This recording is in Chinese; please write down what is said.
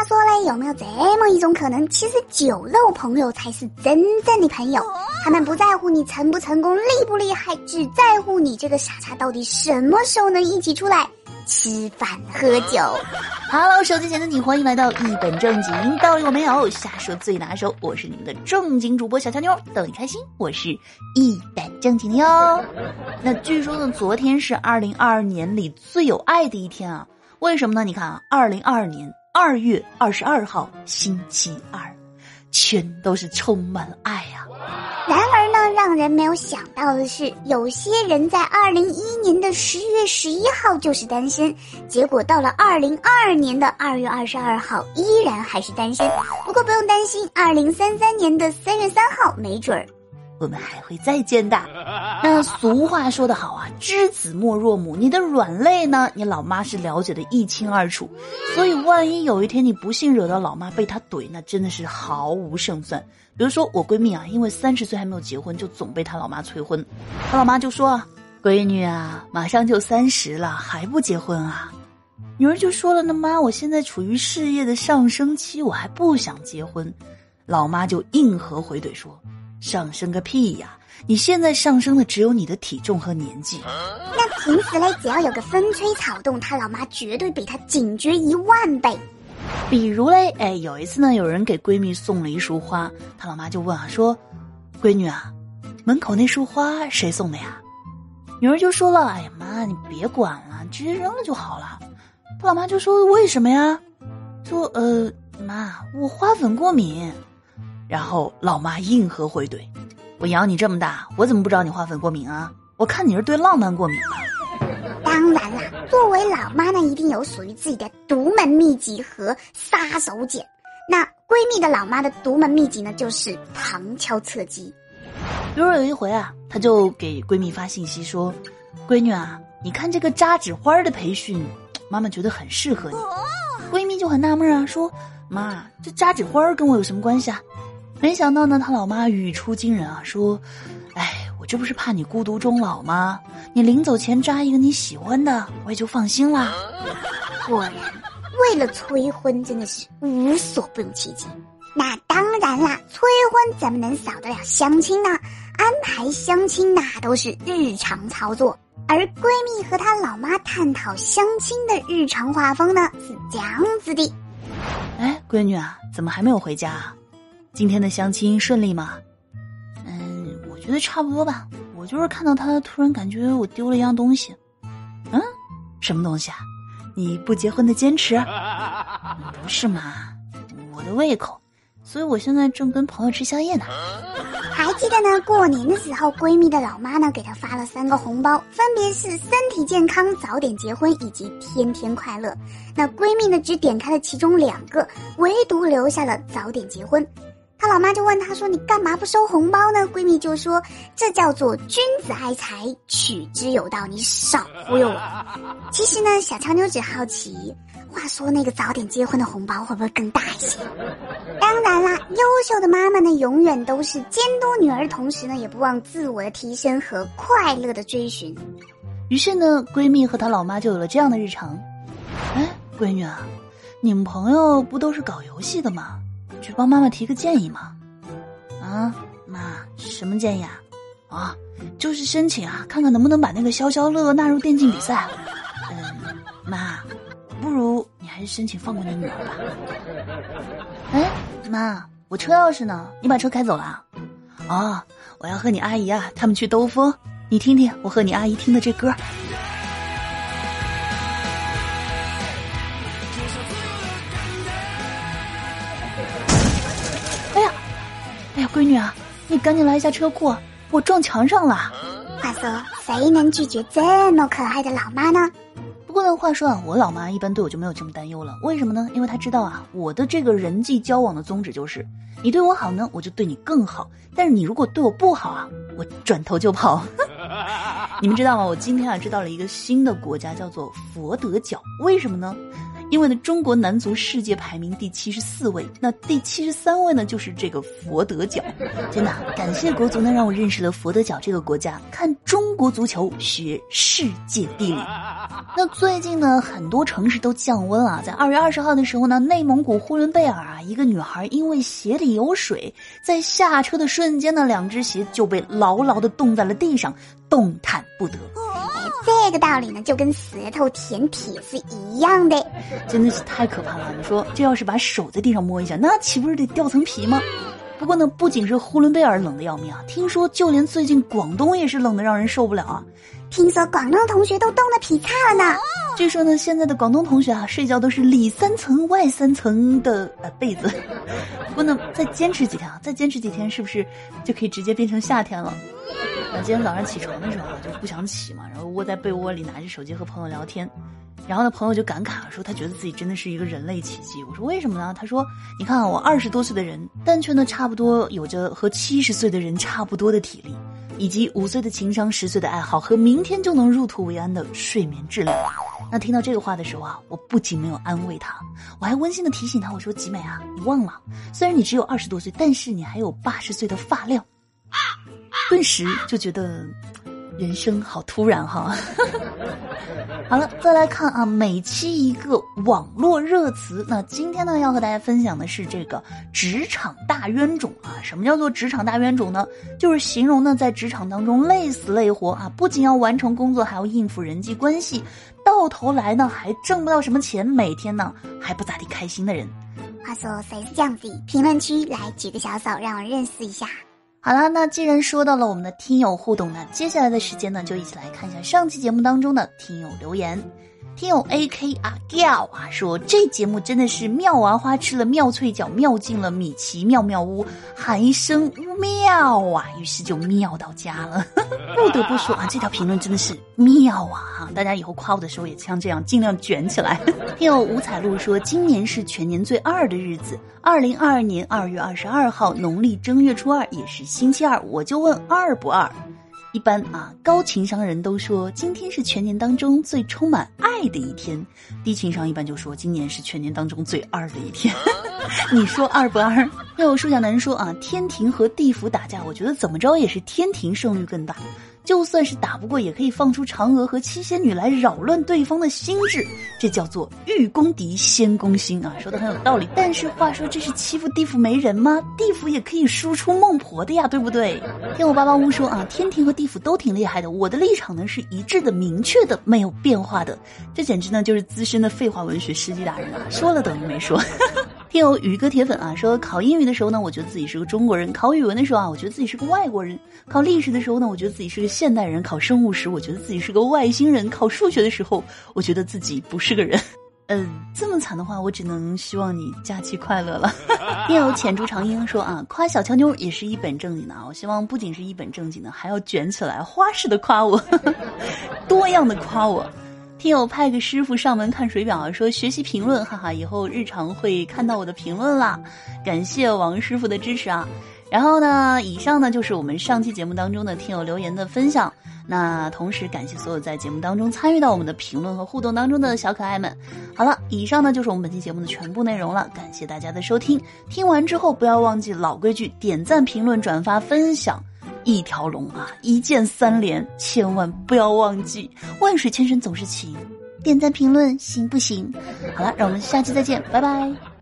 说嘞，有没有这么一种可能，其实酒肉朋友才是真正的朋友，他们不在乎你成不成功厉不厉害，只在乎你这个傻叉到底什么时候能一起出来吃饭喝酒。 Hello， 手机前的你，欢迎来到一本正经，道理我没有，瞎说最拿手，我是你们的正经主播小乔妞，逗你开心，我是一本正经的哟。那据说呢，昨天是2022年里最有爱的一天啊，为什么呢？你看啊，2022年2月22号星期二，全都是充满了爱啊。 然而呢，让人没有想到的是，有些人在2021年的10月11号就是单身，结果到了2022年的2月22号依然还是单身。不过不用担心，2033年的3月3号没准儿我们还会再见的。那俗话说得好啊，知子莫若母，你的软肋呢，你老妈是了解的一清二楚，所以万一有一天你不幸惹到老妈被她怼，那真的是毫无胜算。比如说我闺蜜啊，因为30岁还没有结婚，就总被她老妈催婚。她老妈就说啊，闺女啊，马上就30了，还不结婚啊？女儿就说了，那妈，我现在处于事业的上升期，我还不想结婚。老妈就硬核回怼说，上升个屁呀！你现在上升的只有你的体重和年纪。 那平时嘞，只要有个风吹草动，他老妈绝对比他警觉10000倍。 比如嘞，有一次呢，有人给闺蜜送了一束花，她老妈就问啊，说，闺女啊，门口那束花谁送的呀？女儿就说了，哎呀妈，你别管了，直接扔了就好了。她老妈就说，为什么呀？说妈，我花粉过敏。然后老妈硬核回怼，我养你这么大，我怎么不知道你花粉过敏啊？我看你是对浪漫过敏吧。 当然啦，作为老妈呢，一定有属于自己的独门秘籍和杀手锏。那闺蜜的老妈的独门秘籍呢，就是旁敲侧击。 比如有一回啊，她就给闺蜜发信息说，闺女啊，你看这个扎纸花的培训，妈妈觉得很适合你。闺蜜就很纳闷啊，说，妈，这扎纸花跟我有什么关系啊？没想到呢，他老妈语出惊人啊，说，哎，我这不是怕你孤独终老吗？你临走前扎一个你喜欢的，我也就放心啦。 果然，为了催婚真的是无所不用其极。那当然啦，催婚怎么能少得了相亲呢？安排相亲那都是日常操作。而闺蜜和她老妈探讨相亲的日常画风呢，是这样子的。 哎，闺女啊，怎么还没有回家啊？今天的相亲顺利吗？我觉得差不多吧。我就是看到他，突然感觉我丢了一样东西。什么东西啊？你不结婚的坚持？不是嘛，我的胃口，所以我现在正跟朋友吃宵夜呢。 还记得呢，过年的时候，闺蜜的老妈呢给她发了3个红包，分别是身体健康、早点结婚以及天天快乐。那闺蜜呢只点开了其中2个，唯独留下了早点结婚。她老妈就问她说，你干嘛不收红包呢？闺蜜就说，这叫做君子爱财，取之有道，你少忽悠我。其实呢，小乔妞只好奇，话说那个早点结婚的红包会不会更大一些？当然啦，优秀的妈妈呢永远都是监督女儿，同时呢也不忘自我的提升和快乐的追寻。 于是呢，闺蜜和她老妈就有了这样的日常。哎，闺女啊，你们朋友不都是搞游戏的吗？去帮妈妈提个建议嘛。啊，妈，什么建议啊？啊，就是申请啊，看看能不能把那个消消乐纳入电竞比赛。妈，不如你还是申请放过你女儿吧。哎，妈，我车钥匙呢？你把车开走了？哦，我要和你阿姨啊，他们去兜风。你听听我和你阿姨听的这歌。哎呀，闺女啊，你赶紧来一下车库，我撞墙上了。 话说，谁能拒绝这么可爱的老妈呢？ 不过呢，话说啊，我老妈一般对我就没有这么担忧了。为什么呢？因为她知道啊，我的这个人际交往的宗旨就是，你对我好呢，我就对你更好；但是你如果对我不好啊，我转头就跑。你们知道吗？我今天啊知道了一个新的国家，叫做佛得角。为什么呢？ 因为呢，中国男足世界排名第74位，那第73位呢就是这个佛得角。真的，感谢国足呢，让我认识了佛得角这个国家，看中国足球学世界地理。那最近呢，很多城市都降温了。在2月20号的时候呢，内蒙古呼伦贝尔啊，一个女孩因为鞋里有水，在下车的瞬间呢，2只鞋就被牢牢地冻在了地上，动弹不得。 这个道理呢，就跟石头舔铁是一样的， 真的是太可怕了。你说这要是把手在地上摸一下，那岂不是得掉层皮吗？不过呢，不仅是呼伦贝尔冷得要命啊，听说就连最近广东也是冷得让人受不了啊。 听说广东同学都冻得劈叉了呢。 据说呢，现在的广东同学啊，睡觉都是里3层外3层的被子。不过呢，再坚持几天，是不是就可以直接变成夏天了？今天早上起床的时候就不想起嘛，然后窝在被窝里拿着手机和朋友聊天，然后呢，朋友就感慨说他觉得自己真的是一个人类奇迹。我说为什么呢？他说你看啊，我20多岁的人，但却呢差不多有着和70岁的人差不多的体力，以及5岁的情商、10岁的爱好和明天就能入土为安的睡眠质量。那听到这个话的时候啊，我不仅没有安慰他，我还温馨的提醒他，我说吉美啊，你忘了，虽然你只有20多岁，但是你还有80岁的发量。顿时就觉得人生好突然哈。好了，再来看啊，每期一个网络热词。那今天呢，要和大家分享的是这个职场大冤种啊。什么叫做职场大冤种呢？就是形容呢在职场当中累死累活啊，不仅要完成工作，还要应付人际关系，到头来呢还挣不到什么钱，每天呢还不咋地开心的人。 话说谁是这样子？评论区来举个小手，让我认识一下。 好啦，那既然说到了我们的听友互动呢，接下来的时间呢，就一起来看一下上期节目当中的听友留言。听友 AK 阿 Giao 啊说，这节目真的是妙娃花吃了妙脆角，妙进了米奇妙妙屋，喊一声妙啊，于是就妙到家了。不得不说啊，这条评论真的是妙啊！大家以后夸我的时候也像这样尽量卷起来。听友吴彩露说，今年是全年最二的日子，2022年2月22号，农历正月初2，也是星期二，我就问二不二？一般啊，高情商人都说今天是全年当中最充满爱的一天，低情商一般就说今年是全年当中最二的一天。你说二不二？又有树下男人说啊，天庭和地府打架，我觉得怎么着也是天庭胜率更大，就算是打不过，也可以放出嫦娥和七仙女来扰乱对方的心智，这叫做欲攻敌先攻心啊，说的很有道理。但是话说，这是欺负地府没人吗？地府也可以输出孟婆的呀，对不对？天我88屋说啊，天庭和地府都挺厉害的，我的立场呢是一致的、明确的、没有变化的，这简直呢就是资深的废话文学师级达人啊，说了等于没说。听友宇哥铁粉啊说，考英语的时候呢，我觉得自己是个中国人；考语文的时候啊，我觉得自己是个外国人；考历史的时候呢，我觉得自己是个现代人；考生物时，我觉得自己是个外星人；考数学的时候，我觉得自己不是个人。这么惨的话，我只能希望你假期快乐了。听友浅竹长英说啊，夸小乔妞也是一本正经的啊，我希望不仅是一本正经的，还要卷起来，花式的夸我，多样的夸我。听友派个师傅上门看水表啊，说学习评论，哈哈，以后日常会看到我的评论啦，感谢王师傅的支持啊。然后呢，以上呢就是我们上期节目当中的听友留言的分享。那同时感谢所有在节目当中参与到我们的评论和互动当中的小可爱们。好了，以上呢就是我们本期节目的全部内容了，感谢大家的收听。听完之后不要忘记老规矩，点赞、评论、转发、分享。一条龙啊，一键3连，千万不要忘记，万水千山总是情，点赞评论行不行？好了，让我们下期再见，拜拜。